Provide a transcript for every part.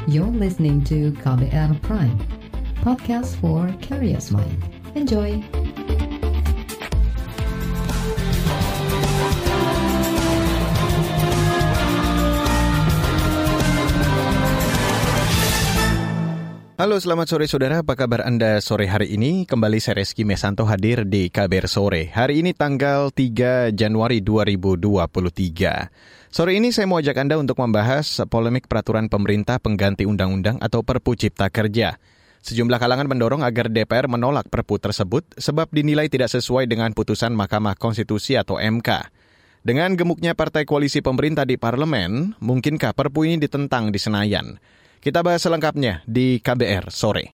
You're listening to KBR Prime, podcast for curious mind. Enjoy! Halo, selamat sore saudara, apa kabar Anda sore hari ini? Kembali saya Reski Mesanto hadir di KBR Sore. Hari ini tanggal 3 Januari 2023. Sore ini saya mau ajak Anda untuk membahas polemik peraturan pemerintah pengganti undang-undang atau Perpu Cipta Kerja. Sejumlah kalangan mendorong agar DPR menolak Perpu tersebut sebab dinilai tidak sesuai dengan putusan Mahkamah Konstitusi atau MK. Dengan gemuknya partai koalisi pemerintah di parlemen, mungkinkah Perpu ini ditentang di Senayan? Kita bahas selengkapnya di KBR Sore.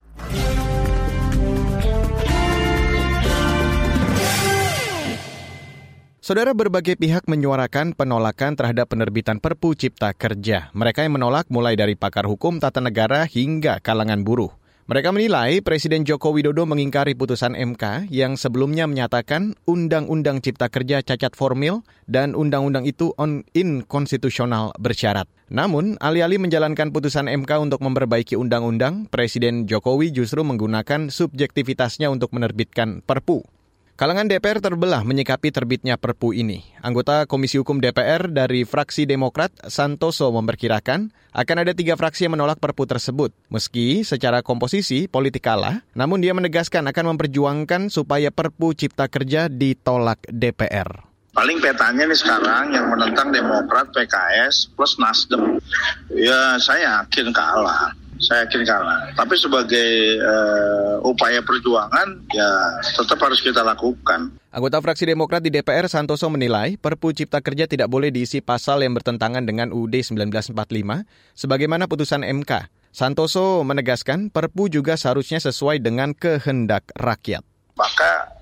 Saudara, berbagai pihak menyuarakan penolakan terhadap penerbitan Perpu Cipta Kerja. Mereka yang menolak mulai dari pakar hukum tata negara hingga kalangan buruh. Mereka menilai Presiden Joko Widodo mengingkari putusan MK yang sebelumnya menyatakan Undang-Undang Cipta Kerja cacat formil dan undang-undang itu inkonstitusional bersyarat. Namun, alih-alih menjalankan putusan MK untuk memperbaiki undang-undang, Presiden Jokowi justru menggunakan subjektivitasnya untuk menerbitkan Perpu. Kalangan DPR terbelah menyikapi terbitnya Perpu ini. Anggota Komisi Hukum DPR dari fraksi Demokrat, Santoso, memperkirakan akan ada 3 fraksi yang menolak Perpu tersebut. Meski secara komposisi politik kalah, namun dia menegaskan akan memperjuangkan supaya Perpu Cipta Kerja ditolak DPR. Paling petanya nih sekarang yang menentang Demokrat, PKS, plus Nasdem. Ya saya yakin kalah. Tapi sebagai upaya perjuangan, ya tetap harus kita lakukan. Anggota fraksi Demokrat di DPR, Santoso, menilai Perpu Cipta Kerja tidak boleh diisi pasal yang bertentangan dengan UUD 1945, sebagaimana putusan MK. Santoso menegaskan Perpu juga seharusnya sesuai dengan kehendak rakyat. Maka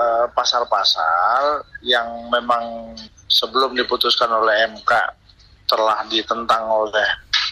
pasal-pasal yang memang sebelum diputuskan oleh MK telah ditentang oleh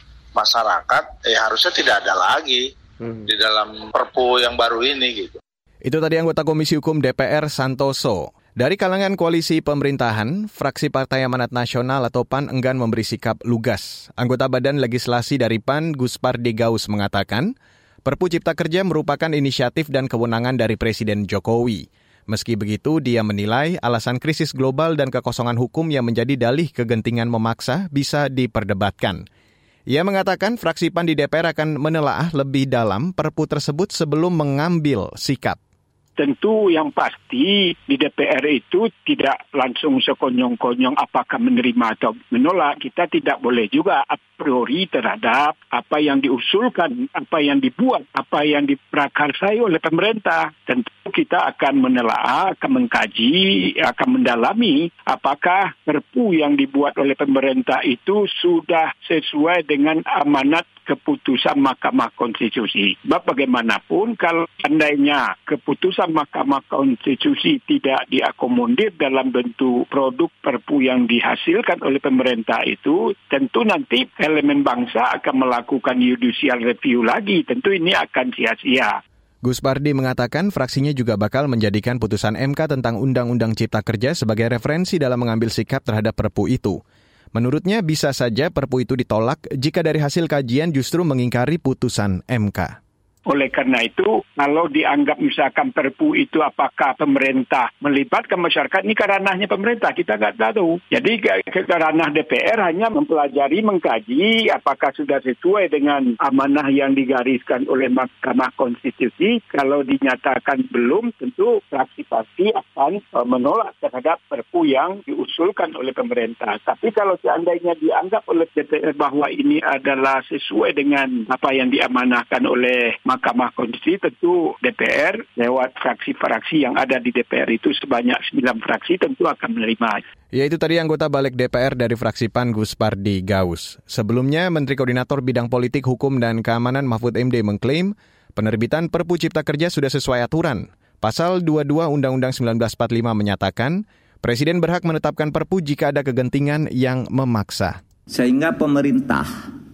masyarakat, harusnya tidak ada lagi di dalam Perpu yang baru ini gitu. Itu tadi anggota Komisi Hukum DPR Santoso. Dari kalangan koalisi pemerintahan, fraksi Partai Amanat Nasional atau PAN enggan memberi sikap lugas. Anggota Badan Legislasi dari PAN, Guspardi Gaus, mengatakan Perpu Cipta Kerja merupakan inisiatif dan kewenangan dari Presiden Jokowi. Meski begitu, dia menilai alasan krisis global dan kekosongan hukum yang menjadi dalih kegentingan memaksa bisa diperdebatkan. Ia mengatakan fraksi PAN di DPR akan menelaah lebih dalam Perpu tersebut sebelum mengambil sikap. Tentu yang pasti di DPR itu tidak langsung sekonyong-konyong apakah menerima atau menolak. Kita tidak boleh juga a priori terhadap apa yang diusulkan, apa yang dibuat, apa yang diprakarsai oleh pemerintah. Tentu kita akan menelaah, akan mengkaji, akan mendalami apakah Perpu yang dibuat oleh pemerintah itu sudah sesuai dengan amanat keputusan Mahkamah Konstitusi. Sebab bagaimanapun kalau seandainya keputusan Mahkamah Konstitusi tidak diakomodir dalam bentuk produk Perpu yang dihasilkan oleh pemerintah itu, tentu nanti elemen bangsa akan melakukan judicial review lagi. Tentu ini akan sia-sia. Guspardi mengatakan fraksinya juga bakal menjadikan putusan MK tentang Undang-Undang Cipta Kerja sebagai referensi dalam mengambil sikap terhadap Perpu itu. Menurutnya bisa saja Perpu itu ditolak jika dari hasil kajian justru mengingkari putusan MK. Oleh karena itu, kalau dianggap misalkan Perpu itu apakah pemerintah melibatkan masyarakat, ini ke ranahnya pemerintah, kita nggak tahu. Jadi ke ranah DPR hanya mempelajari, mengkaji apakah sudah sesuai dengan amanah yang digariskan oleh Mahkamah Konstitusi. Kalau dinyatakan belum, tentu fraksi pasti akan menolak terhadap Perpu yang diusulkan oleh pemerintah. Tapi kalau seandainya dianggap oleh DPR bahwa ini adalah sesuai dengan apa yang diamanahkan oleh Mahkamah Konstitusi, tentu DPR lewat fraksi-fraksi yang ada di DPR itu sebanyak 9 fraksi tentu akan menerima. Ya, itu tadi anggota Balik DPR dari fraksi PAN, Guspardi Gaus. Sebelumnya, Menteri Koordinator Bidang Politik, Hukum, dan Keamanan Mahfud MD mengklaim penerbitan Perpu Cipta Kerja sudah sesuai aturan. Pasal 22 Undang-Undang 1945 menyatakan Presiden berhak menetapkan Perpu jika ada kegentingan yang memaksa. Sehingga pemerintah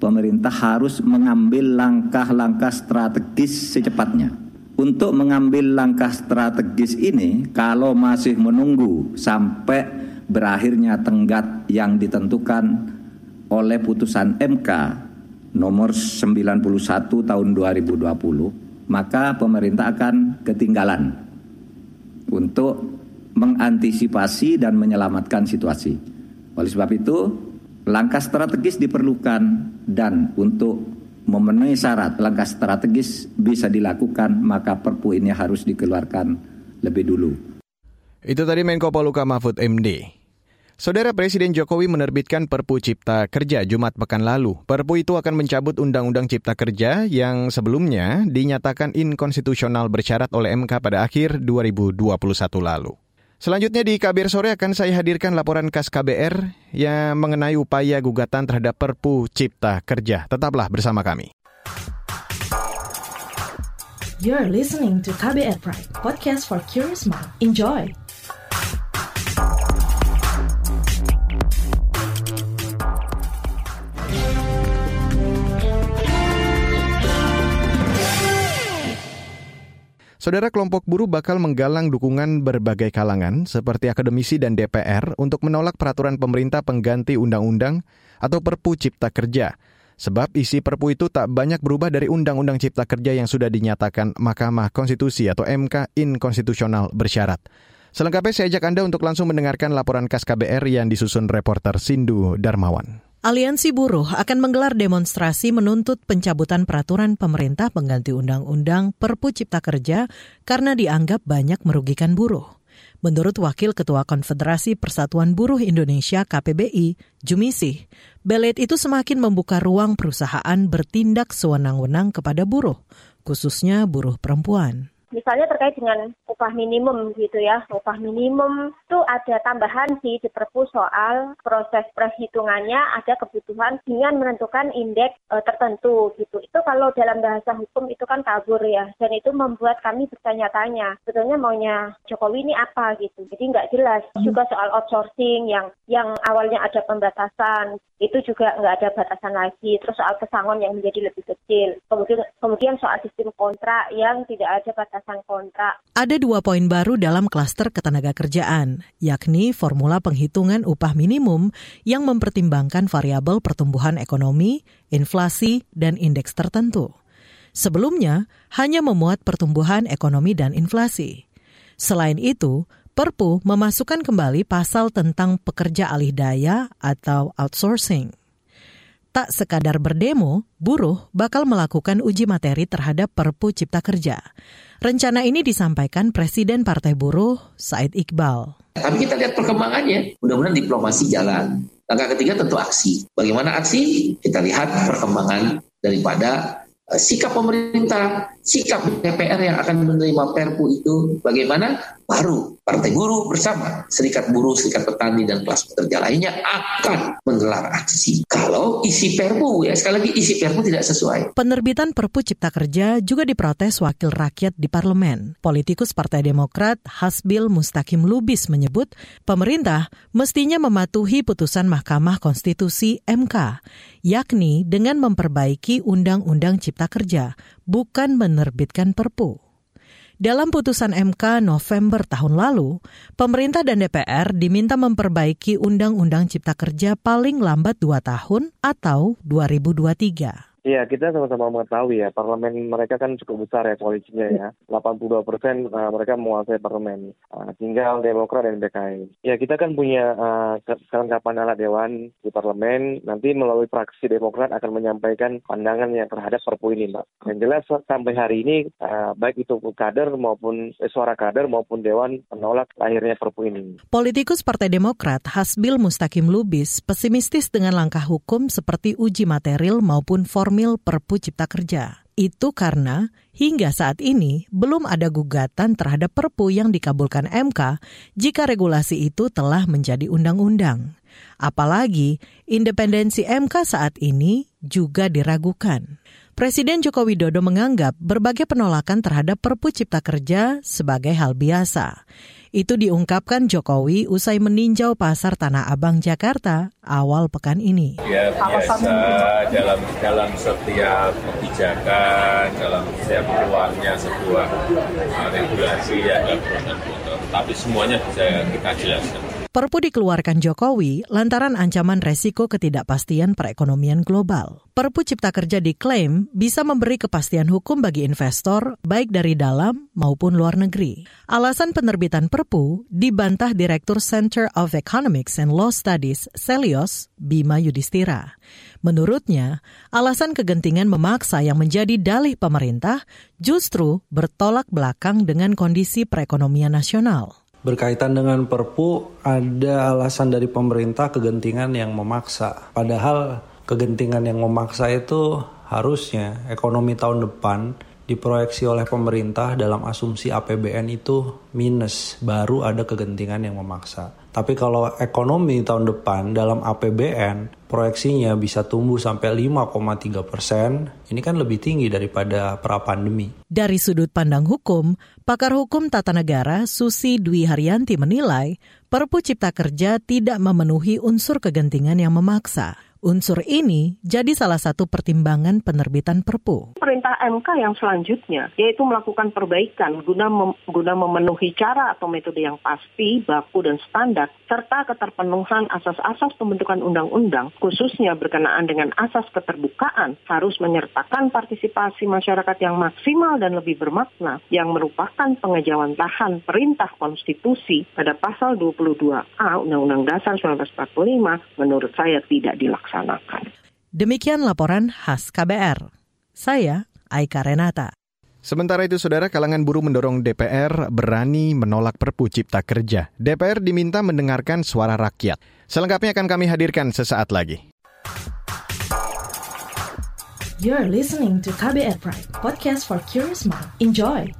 harus mengambil langkah-langkah strategis secepatnya. Untuk mengambil langkah strategis ini, kalau masih menunggu sampai berakhirnya tenggat yang ditentukan oleh putusan MK nomor 91 tahun 2020, maka pemerintah akan ketinggalan untuk mengantisipasi dan menyelamatkan situasi. Oleh sebab itu, langkah strategis diperlukan dan untuk memenuhi syarat langkah strategis bisa dilakukan, maka Perpu ini harus dikeluarkan lebih dulu. Itu tadi Menko Polhukam Mahfud MD. Saudara, Presiden Jokowi menerbitkan Perpu Cipta Kerja Jumat pekan lalu. Perpu itu akan mencabut Undang-Undang Cipta Kerja yang sebelumnya dinyatakan inkonstitusional bersyarat oleh MK pada akhir 2021 lalu. Selanjutnya di KBR Sore akan saya hadirkan laporan khas KBR yang mengenai upaya gugatan terhadap Perpu Cipta Kerja. Tetaplah bersama kami. You're listening to KBR Pride, podcast for curious mind. Enjoy! Saudara, kelompok buruh bakal menggalang dukungan berbagai kalangan seperti akademisi dan DPR untuk menolak peraturan pemerintah pengganti undang-undang atau Perpu Cipta Kerja. Sebab isi Perpu itu tak banyak berubah dari Undang-Undang Cipta Kerja yang sudah dinyatakan Mahkamah Konstitusi atau MK inkonstitusional bersyarat. Selengkapnya saya ajak Anda untuk langsung mendengarkan laporan khas KBR yang disusun reporter Sindu Darmawan. Aliansi Buruh akan menggelar demonstrasi menuntut pencabutan peraturan pemerintah pengganti Undang-Undang Perpu Cipta Kerja karena dianggap banyak merugikan buruh. Menurut Wakil Ketua Konfederasi Persatuan Buruh Indonesia KPBI, Jumisih, belet itu semakin membuka ruang perusahaan bertindak sewenang-wenang kepada buruh, khususnya buruh perempuan. Misalnya terkait dengan upah minimum gitu ya. Upah minimum itu ada tambahan sih di Perpu soal proses perhitungannya ada kebutuhan dengan menentukan indeks tertentu gitu. Itu kalau dalam bahasa hukum itu kan kabur ya. Dan itu membuat kami bertanya-tanya. Sebetulnya maunya Jokowi ini apa gitu. Jadi nggak jelas. Juga soal outsourcing yang awalnya ada pembatasan. Itu juga nggak ada batasan lagi. Terus soal pesangon yang menjadi lebih kecil. Kemudian soal sistem kontrak yang tidak ada batasan kontrak. Ada 2 poin baru dalam klaster ketenagakerjaan, yakni formula penghitungan upah minimum yang mempertimbangkan variabel pertumbuhan ekonomi, inflasi, dan indeks tertentu. Sebelumnya, hanya memuat pertumbuhan ekonomi dan inflasi. Selain itu, Perpu memasukkan kembali pasal tentang pekerja alih daya atau outsourcing. Tak sekadar berdemo, buruh bakal melakukan uji materi terhadap Perpu Cipta Kerja. Rencana ini disampaikan Presiden Partai Buruh, Said Iqbal. Tapi kita lihat perkembangannya, mudah-mudahan diplomasi jalan. Langkah ketiga tentu aksi. Bagaimana aksi? Kita lihat perkembangan daripada sikap pemerintah, sikap DPR yang akan menerima Perpu itu bagaimana? Baru Partai Buruh bersama Serikat Buruh, Serikat Petani, dan kelas pekerja lainnya akan menggelar aksi. Kalau isi Perpu, ya sekali lagi isi Perpu tidak sesuai. Penerbitan Perpu Cipta Kerja juga diprotes wakil rakyat di parlemen. Politikus Partai Demokrat Hasbil Mustaqim Lubis menyebut pemerintah mestinya mematuhi putusan Mahkamah Konstitusi MK, yakni dengan memperbaiki Undang-Undang Cipta Kerja, bukan menerbitkan Perpu. Dalam putusan MK November tahun lalu, pemerintah dan DPR diminta memperbaiki Undang-Undang Cipta Kerja paling lambat 2 tahun atau 2023. Iya, kita sama-sama mengetahui ya, parlemen mereka kan cukup besar ya koalisinya ya. 82% mereka menguasai parlemen. Tinggal Demokrat dan PKS. Ya, kita kan punya kelengkapan alat dewan di parlemen. Nanti melalui fraksi Demokrat akan menyampaikan pandangannya terhadap Perpu ini, Mbak. Yang jelas sampai hari ini, baik itu kader maupun suara kader maupun dewan menolak lahirnya Perpu ini. Politikus Partai Demokrat Hasbil Mustaqim Lubis pesimistis dengan langkah hukum seperti uji material maupun formil Perpu Cipta Kerja. Itu karena hingga saat ini belum ada gugatan terhadap Perpu yang dikabulkan MK jika regulasi itu telah menjadi undang-undang. Apalagi independensi MK saat ini juga diragukan. Presiden Joko Widodo menganggap berbagai penolakan terhadap Perpu Cipta Kerja sebagai hal biasa. Itu diungkapkan Jokowi usai meninjau pasar Tanah Abang, Jakarta awal pekan ini. Ya biasa dalam setiap kebijakan, dalam setiap keluarnya sebuah regulasi ya ada pro dan kontra. Tapi semuanya bisa kita jelaskan. Perpu dikeluarkan Jokowi lantaran ancaman resiko ketidakpastian perekonomian global. Perpu Cipta Kerja diklaim bisa memberi kepastian hukum bagi investor baik dari dalam maupun luar negeri. Alasan penerbitan Perpu dibantah Direktur Center of Economics and Law Studies Selios, Bima Yudhistira. Menurutnya, alasan kegentingan memaksa yang menjadi dalih pemerintah justru bertolak belakang dengan kondisi perekonomian nasional. Berkaitan dengan Perpu, ada alasan dari pemerintah kegentingan yang memaksa. Padahal kegentingan yang memaksa itu harusnya ekonomi tahun depan diproyeksi oleh pemerintah dalam asumsi APBN itu minus, baru ada kegentingan yang memaksa. Tapi kalau ekonomi tahun depan dalam APBN proyeksinya bisa tumbuh sampai 5,3%, ini kan lebih tinggi daripada pra-pandemi. Dari sudut pandang hukum, pakar hukum tata negara Susi Dwi Haryanti menilai Perpu Cipta Kerja tidak memenuhi unsur kegentingan yang memaksa. Unsur ini jadi salah satu pertimbangan penerbitan Perpu. Perintah MK yang selanjutnya, yaitu melakukan perbaikan guna memenuhi cara atau metode yang pasti, baku dan standar, serta keterpenuhan asas-asas pembentukan undang-undang, khususnya berkenaan dengan asas keterbukaan, harus menyertakan partisipasi masyarakat yang maksimal dan lebih bermakna, yang merupakan pengejawantahan perintah konstitusi pada pasal 22A Undang-Undang Dasar 1945, menurut saya tidak dilaksanakan. Demikian laporan khas KBR. Saya Aika Renata. Sementara itu, saudara, kalangan buruh mendorong DPR berani menolak Perpu Cipta Kerja. DPR diminta mendengarkan suara rakyat. Selengkapnya akan kami hadirkan sesaat lagi. You're listening to KBR Pride, podcast for curious mind. Enjoy!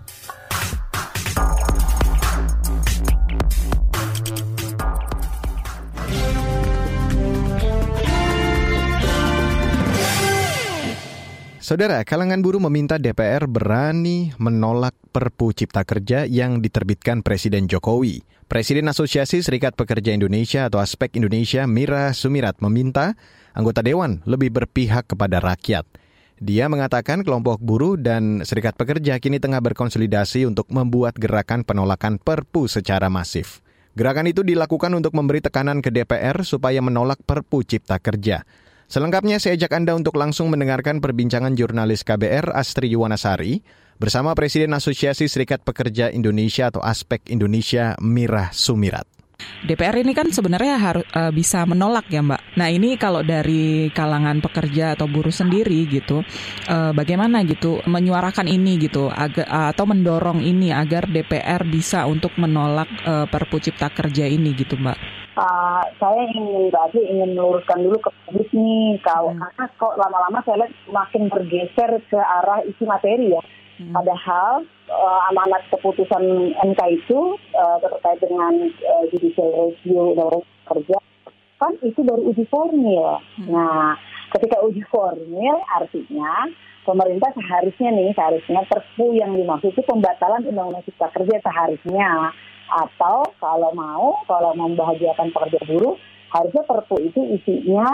Saudara, kalangan buruh meminta DPR berani menolak Perpu Cipta Kerja yang diterbitkan Presiden Jokowi. Presiden Asosiasi Serikat Pekerja Indonesia atau Aspek Indonesia, Mira Sumirat, meminta anggota Dewan lebih berpihak kepada rakyat. Dia mengatakan kelompok buruh dan serikat pekerja kini tengah berkonsolidasi untuk membuat gerakan penolakan Perpu secara masif. Gerakan itu dilakukan untuk memberi tekanan ke DPR supaya menolak Perpu Cipta Kerja. Selengkapnya saya ajak Anda untuk langsung mendengarkan perbincangan jurnalis KBR Astri Yuwanasari bersama Presiden Asosiasi Serikat Pekerja Indonesia atau Aspek Indonesia, Mira Sumirat. DPR ini kan sebenarnya harus bisa menolak ya Mbak. Nah ini kalau dari kalangan pekerja atau buruh sendiri gitu, bagaimana gitu menyuarakan ini gitu atau mendorong ini agar DPR bisa untuk menolak Perpu Cipta Kerja ini gitu Mbak? Saya ingin meluruskan dulu ke publik nih, karena kok lama-lama saya lihat makin bergeser ke arah isi materi ya. Padahal amanat keputusan MK itu terkait dengan judicial review undang-undang kerja kan itu baru uji formil. Nah, ketika uji formil artinya pemerintah seharusnya Perpu yang dimaksud itu pembatalan undang-undang Cipta Kerja seharusnya. Atau kalau membahagiakan pekerja buruh, harusnya Perpu itu isinya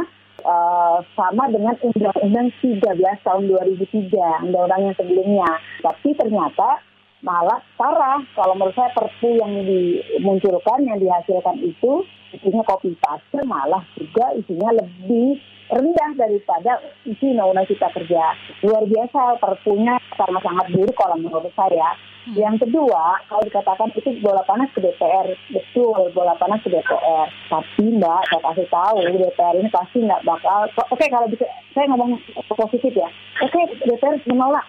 sama dengan Undang-Undang 13 tahun 2003, undang-undang yang sebelumnya. Tapi ternyata malah parah. Kalau menurut saya Perpu yang dimunculkan, yang dihasilkan itu isinya copy paste, malah juga isinya lebih rendah daripada isi Undang-Undang Cipta Kerja. Luar biasa Perpunya karena sangat buruk kalau menurut saya. Yang kedua, kalau dikatakan itu bola panas ke DPR, betul bola panas ke DPR. Tapi Mbak, saya kasih tahu DPR ini pasti nggak bakal. Oke, kalau bisa, saya ngomong positif ya. Oke, DPR menolak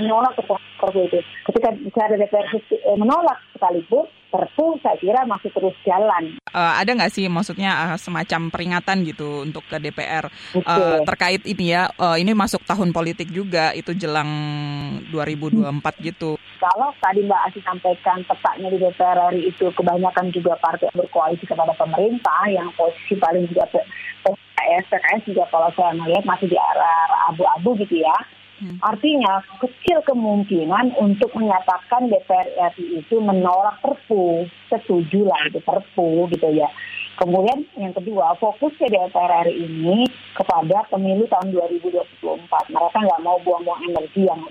Perpu itu. Ketika bicara DPR menolak sekalipun, Perpu saya kira masih terus jalan. Ada nggak sih maksudnya semacam peringatan gitu untuk ke DPR terkait ini ya? Ini masuk tahun politik juga, itu jelang 2024 gitu. Kalau tadi Mbak Asi sampaikan petanya di DPR RI itu kebanyakan juga partai berkoalisi kepada pemerintah, yang posisi paling juga PKS juga kalau saya melihat masih di arah abu-abu gitu ya. Artinya kecil kemungkinan untuk menyatakan DPR RI itu menolak Perpu, setuju lah itu Perpu gitu ya. Kemudian yang kedua, fokusnya DPR RI ini kepada pemilu tahun 2024. Mereka nggak mau buang-buang energi yang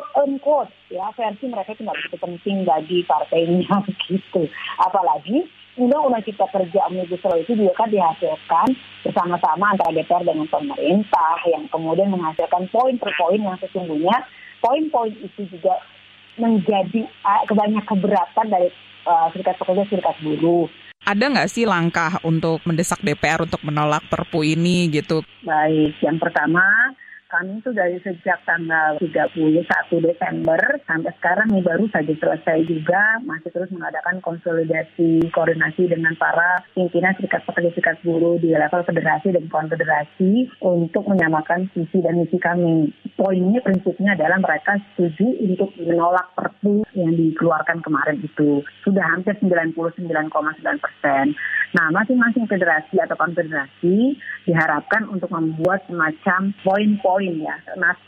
quote-unquote ya, versi mereka itu nggak begitu penting bagi partainya gitu. Apalagi Undang-Undang Cipta Kerja Omnibus Law itu juga kan dihasilkan bersama-sama antara DPR dengan pemerintah yang kemudian menghasilkan poin per poin yang sesungguhnya poin-poin itu juga menjadi banyak keberatan dari serikat pekerja, serikat buruh. Ada nggak sih langkah untuk mendesak DPR untuk menolak Perpu ini gitu? Baik, yang pertama kami itu dari sejak tanggal 31 Desember sampai sekarang ini baru saja selesai juga, masih terus mengadakan konsolidasi, koordinasi dengan para pimpinan serikat pekerja, serikat buruh di level federasi dan konfederasi untuk menyamakan visi dan misi kami. Poinnya, prinsipnya adalah mereka setuju untuk menolak Perpu yang dikeluarkan kemarin itu. Sudah hampir 99,9%. Nah, masing-masing federasi atau konfederasi diharapkan untuk membuat semacam poin-poin ya,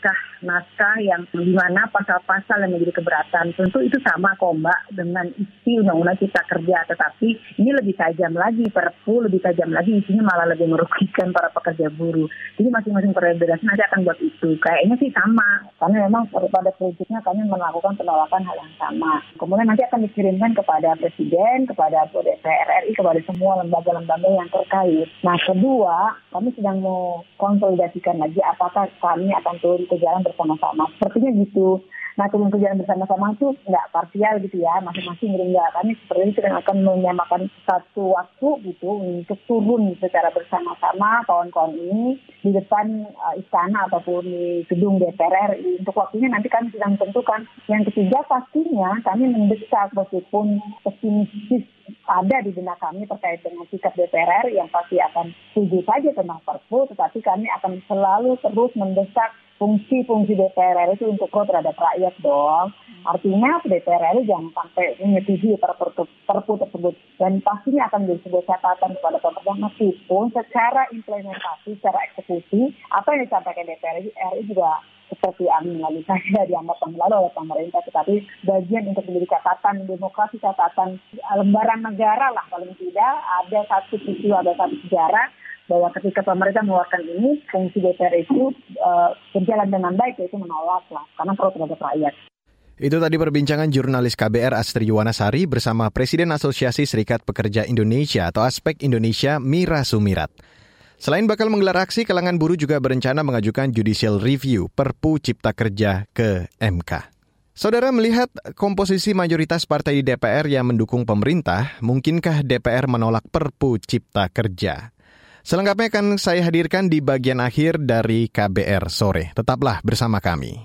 naskah yang di mana pasal-pasal yang menjadi keberatan. Tentu itu sama kok Mbak dengan isi Undang-Undang Cipta Kerja, tetapi ini lebih tajam lagi, Perpu lebih tajam lagi, isinya malah lebih merugikan para pekerja buruh. Jadi masing-masing federasi nanti akan buat itu. Kayaknya sih sama, karena memang pada prinsipnya kami melakukan penolakan hal yang sama. Kemudian nanti akan dikirimkan kepada Presiden, kepada DPR RI, kepada semua lembaga-lembaga yang terkait. Nah, kedua, kami sedang mau konsolidasikan lagi apakah kami akan turun ke jalan bersama-sama. Sepertinya gitu. Nah, turun ke jalan bersama-sama itu nggak parsial gitu ya, masing-masing enggak. Kami sepertinya sedang akan menyamakan satu waktu gitu untuk turun secara bersama-sama kawan-kawan ini di depan istana ataupun di gedung DPR RI. Untuk waktunya nanti kami sedang tentukan. Yang ketiga, pastinya kami mendesak meskipun pesimistis ada di benak kami terkait dengan sikap DPR RI yang pasti akan setuju saja tentang Perpu, tetapi kami akan selalu terus mendesak fungsi-fungsi DPR RI itu untuk pro terhadap rakyat dong. Artinya DPR RI jangan sampai menyetujui Perpu tersebut, dan pastinya akan menjadi sebuah catatan kepada pemerintah meskipun secara implementasi, secara eksekusi apa yang disampaikan DPR RI juga seperti melalui saja dianggap lalu oleh pemerintah, tetapi bagian untuk menjadi catatan demokrasi, catatan lembaran negara lah paling tidak, ada satu peristiwa, ada satu sejarah bahwa ketika pemerintah mengeluarkan ini, fungsi DPR itu berjalan dengan baik, yaitu menolak lah, karena pro terhadap rakyat. Itu tadi perbincangan jurnalis KBR Astri Yuwanasari bersama Presiden Asosiasi Serikat Pekerja Indonesia atau Aspek Indonesia, Mira Sumirat. Selain bakal menggelar aksi, kalangan buruh juga berencana mengajukan judicial review Perpu Cipta Kerja ke MK. Saudara melihat komposisi mayoritas partai di DPR yang mendukung pemerintah, mungkinkah DPR menolak Perpu Cipta Kerja? Selengkapnya akan saya hadirkan di bagian akhir dari KBR Sore. Tetaplah bersama kami.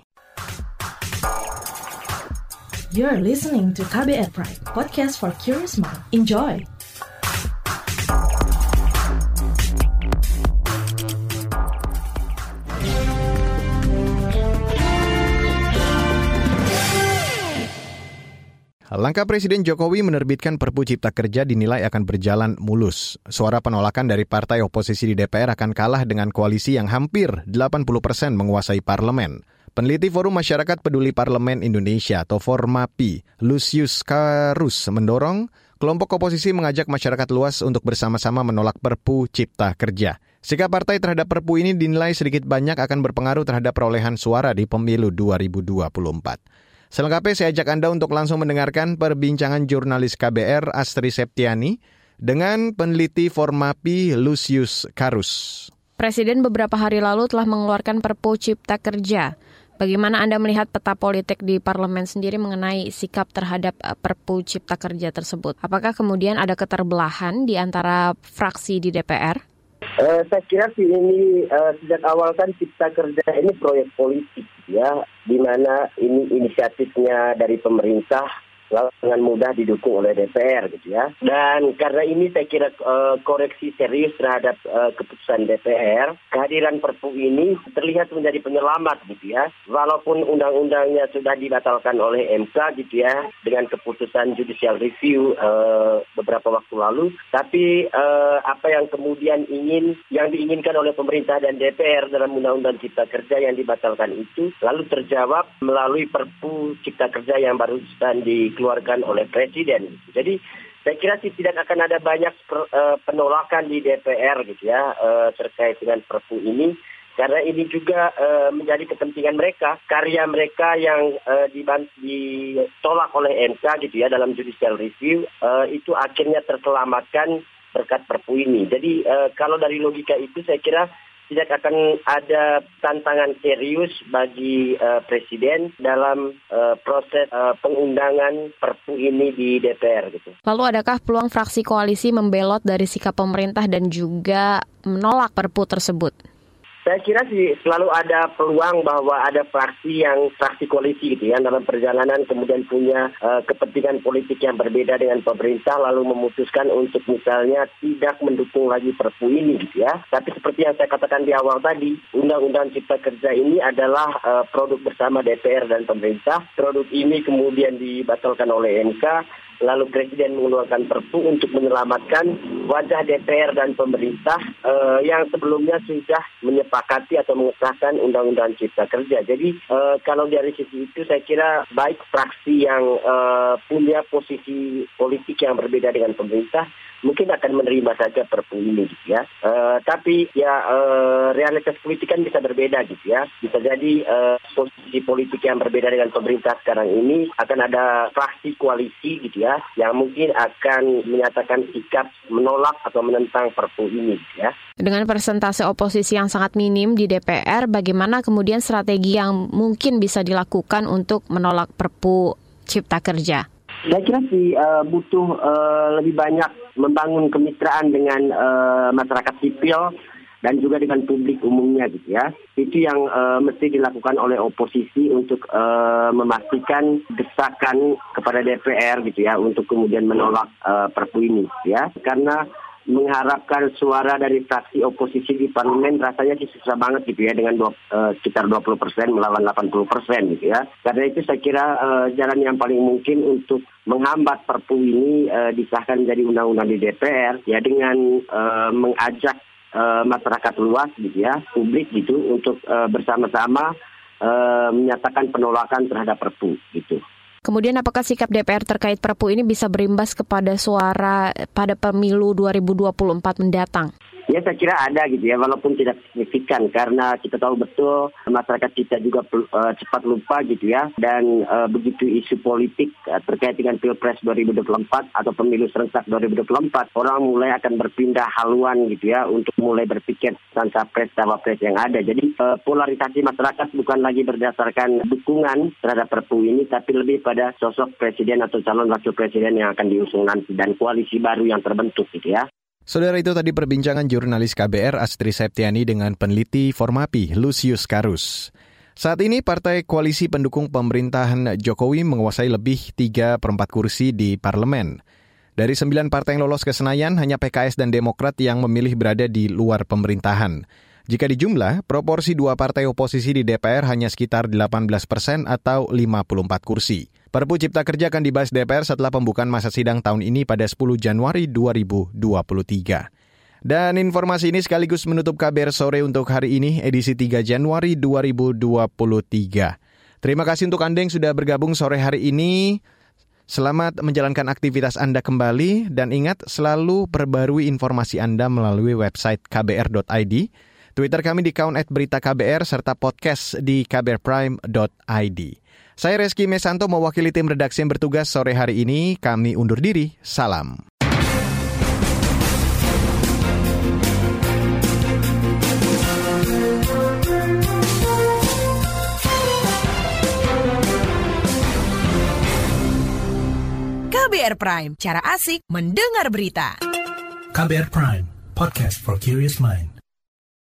You're listening to KBR Pride, podcast for curious mind. Enjoy! Langkah Presiden Jokowi menerbitkan Perpu Cipta Kerja dinilai akan berjalan mulus. Suara penolakan dari partai oposisi di DPR akan kalah dengan koalisi yang hampir 80% menguasai parlemen. Peneliti Forum Masyarakat Peduli Parlemen Indonesia atau Formapi, Lucius Karus mendorong kelompok oposisi mengajak masyarakat luas untuk bersama-sama menolak Perpu Cipta Kerja. Sikap partai terhadap Perpu ini dinilai sedikit banyak akan berpengaruh terhadap perolehan suara di pemilu 2024. Selengkapnya saya ajak Anda untuk langsung mendengarkan perbincangan jurnalis KBR Astri Septiani dengan peneliti Formapi Lucius Karus. Presiden beberapa hari lalu telah mengeluarkan Perpu Cipta Kerja. Bagaimana Anda melihat peta politik di parlemen sendiri mengenai sikap terhadap Perpu Cipta Kerja tersebut? Apakah kemudian ada keterbelahan di antara fraksi di DPR? Saya kira sih ini sejak awal kan Cipta Kerja ini proyek politik ya, di mana ini inisiatifnya dari pemerintah lalu dengan mudah didukung oleh DPR gitu ya. Dan karena ini saya kira koreksi serius terhadap keputusan DPR, kehadiran Perpu ini terlihat menjadi penyelamat gitu ya. Walaupun undang-undangnya sudah dibatalkan oleh MK gitu ya dengan keputusan judicial review beberapa waktu lalu, tapi apa yang kemudian yang diinginkan oleh pemerintah dan DPR dalam Undang-Undang Cipta Kerja yang dibatalkan itu lalu terjawab melalui Perpu Cipta Kerja yang baru dikeluarkan oleh Presiden. Jadi saya kira sih tidak akan ada banyak penolakan di DPR gitu ya terkait dengan Perpu ini. karena ini juga menjadi kepentingan mereka, karya mereka yang ditolak oleh MK gitu ya dalam judicial review itu akhirnya terselamatkan berkat Perpu ini. Jadi kalau dari logika itu saya kira tidak akan ada tantangan serius bagi Presiden dalam proses pengundangan Perpu ini di DPR gitu. Lalu adakah peluang fraksi koalisi membelot dari sikap pemerintah dan juga menolak Perpu tersebut? Saya kira sih selalu ada peluang bahwa ada fraksi koalisi gitu ya dalam perjalanan kemudian punya kepentingan politik yang berbeda dengan pemerintah lalu memutuskan untuk misalnya tidak mendukung lagi Perpu ini gitu ya. Tapi seperti yang saya katakan di awal tadi, Undang-Undang Cipta Kerja ini adalah produk bersama DPR dan pemerintah. Produk ini kemudian dibatalkan oleh MK. Lalu Presiden mengeluarkan Perpu untuk menyelamatkan wajah DPR dan pemerintah yang sebelumnya sudah menyepakati atau mengesahkan Undang-Undang Cipta Kerja. Jadi kalau dari sisi itu saya kira baik fraksi yang punya posisi politik yang berbeda dengan pemerintah mungkin akan menerima saja Perpu ini gitu ya. Tapi ya realitas politik kan bisa berbeda gitu ya. Bisa jadi posisi politik yang berbeda dengan pemerintah sekarang ini akan ada fraksi koalisi gitu ya yang mungkin akan menyatakan sikap menolak atau menentang Perpu ini gitu ya. Dengan persentase oposisi yang sangat minim di DPR, bagaimana kemudian strategi yang mungkin bisa dilakukan untuk menolak Perpu Cipta Kerja? Saya kira sih butuh lebih banyak membangun kemitraan dengan masyarakat sipil dan juga dengan publik umumnya gitu ya. Itu yang mesti dilakukan oleh oposisi untuk memastikan desakan kepada DPR gitu ya untuk kemudian menolak Perpu ini gitu ya. Karena mengharapkan suara dari fraksi oposisi di parlemen rasanya sih susah banget gitu ya dengan sekitar 20% melawan 80% gitu ya. Karena itu saya kira jalan yang paling mungkin untuk menghambat Perpu ini disahkan menjadi undang-undang di DPR ya dengan mengajak masyarakat luas gitu ya, publik gitu untuk bersama-sama menyatakan penolakan terhadap Perpu gitu. Kemudian apakah sikap DPR terkait Perpu ini bisa berimbas kepada suara pada pemilu 2024 mendatang? Ya saya kira ada gitu ya, walaupun tidak signifikan karena kita tahu betul masyarakat kita juga cepat lupa gitu ya. Dan begitu isu politik terkait dengan Pilpres 2024 atau pemilu serentak 2024, orang mulai akan berpindah haluan gitu ya untuk mulai berpikir tentang capres cawapres yang ada. Jadi polarisasi masyarakat bukan lagi berdasarkan dukungan terhadap Perpu ini, tapi lebih pada sosok presiden atau calon wakil presiden yang akan diusung nanti dan koalisi baru yang terbentuk gitu ya. Saudara, itu tadi perbincangan jurnalis KBR Astri Septiani dengan peneliti Formapi Lucius Karus. Saat ini Partai Koalisi Pendukung Pemerintahan Jokowi menguasai lebih 3/4 kursi di parlemen. Dari 9 partai yang lolos ke Senayan, hanya PKS dan Demokrat yang memilih berada di luar pemerintahan. Jika dijumlah, proporsi 2 partai oposisi di DPR hanya sekitar 18% atau 54 kursi. Perpu Cipta Kerja akan dibahas DPR setelah pembukaan masa sidang tahun ini pada 10 Januari 2023. Dan informasi ini sekaligus menutup KBR Sore untuk hari ini, edisi 3 Januari 2023. Terima kasih untuk Anda yang sudah bergabung sore hari ini. Selamat menjalankan aktivitas Anda kembali, dan ingat selalu perbarui informasi Anda melalui website kbr.id, Twitter kami di account @beritaKBR, serta podcast di kbrprime.id. Saya Reski Mesanto mewakili tim redaksi yang bertugas sore hari ini. Kami undur diri. Salam. KBR Prime, cara asik mendengar berita. KBR Prime, podcast for curious mind.